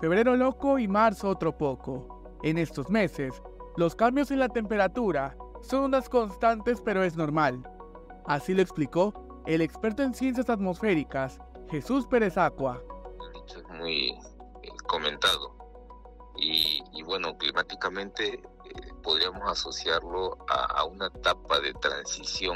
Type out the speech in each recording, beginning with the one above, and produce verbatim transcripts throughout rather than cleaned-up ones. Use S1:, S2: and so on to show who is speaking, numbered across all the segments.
S1: febrero loco y marzo otro poco. En estos meses, los cambios en la temperatura son unas constantes, pero es normal. Así lo explicó el experto en ciencias atmosféricas, Jesús Pérez Acua.
S2: Es muy eh, comentado y, y bueno, climáticamente eh, podríamos asociarlo a, a una etapa de transición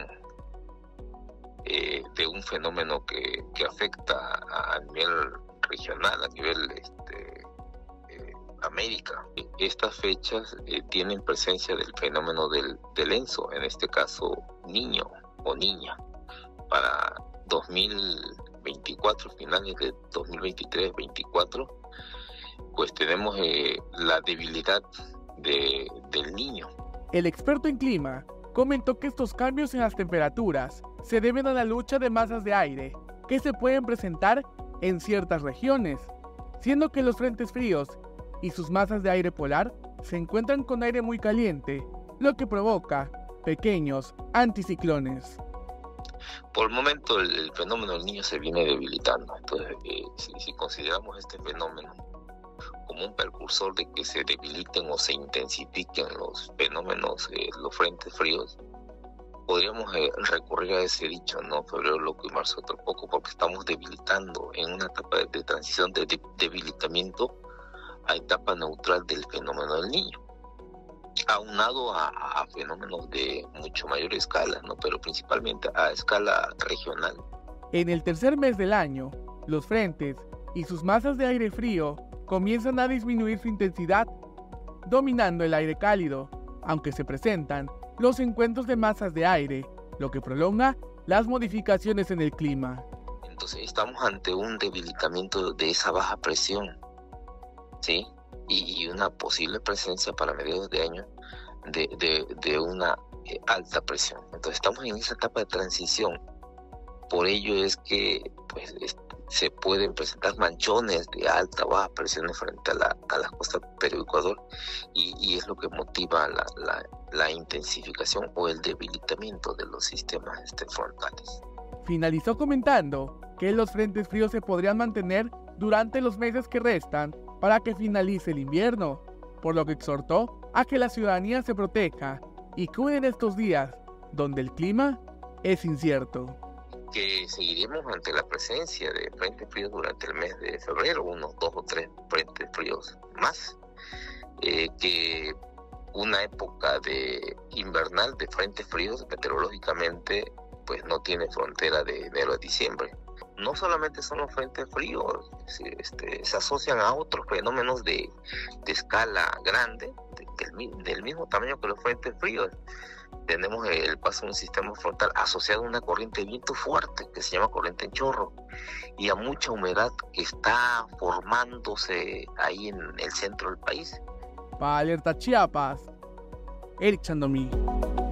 S2: eh, de un fenómeno que, que afecta a, a nivel regional, a nivel este, eh, América. Estas fechas eh, tienen presencia del fenómeno del, del ENSO, en este caso niño o niña, para dos mil veinticuatro, finales de dos mil veintitrés veinticuatro, pues tenemos eh, la debilidad de, del niño.
S1: El experto en clima comentó que estos cambios en las temperaturas se deben a la lucha de masas de aire que se pueden presentar en ciertas regiones, siendo que los frentes fríos y sus masas de aire polar se encuentran con aire muy caliente, lo que provoca pequeños anticiclones.
S2: Por el momento el, el fenómeno del niño se viene debilitando, entonces eh, si, si consideramos este fenómeno como un precursor de que se debiliten o se intensifiquen los fenómenos, eh, los frentes fríos, podríamos eh, recurrir a ese dicho, ¿no? Febrero loco y marzo otro poco, porque estamos debilitando en una etapa de, de transición de, de debilitamiento a etapa neutral del fenómeno del niño, aunado a, a fenómenos de mucho mayor escala, ¿no? Pero principalmente a escala regional.
S1: En el tercer mes del año, los frentes y sus masas de aire frío comienzan a disminuir su intensidad, dominando el aire cálido, aunque se presentan los encuentros de masas de aire, lo que prolonga las modificaciones en el clima.
S2: Entonces estamos ante un debilitamiento de esa baja presión, ¿sí? Y, y una posible presencia para mediados de año de, de, de una eh, alta presión. Entonces estamos en esa etapa de transición. Por ello es que pues, es, se pueden presentar manchones de alta o baja presión frente a la, a la costa Perú-Ecuador y, y es lo que motiva la, la, la intensificación o el debilitamiento de los sistemas este, frontales.
S1: Finalizó comentando que los frentes fríos se podrían mantener durante los meses que restan para que finalice el invierno, por lo que exhortó a que la ciudadanía se proteja y cuide en estos días donde el clima es incierto.
S2: Que seguiremos ante la presencia de frentes fríos durante el mes de febrero, unos dos o tres frentes fríos más, eh, que una época de invernal de frentes fríos meteorológicamente pues no tiene frontera de enero a diciembre. No solamente son los frentes fríos, este, se asocian a otros fenómenos de, de escala grande, de, del, del mismo tamaño que los frentes fríos. Tenemos el paso de un sistema frontal asociado a una corriente de viento fuerte que se llama corriente en chorro y a mucha humedad que está formándose ahí en el centro del país.
S1: Para Alerta Chiapas, Eric Chandomí.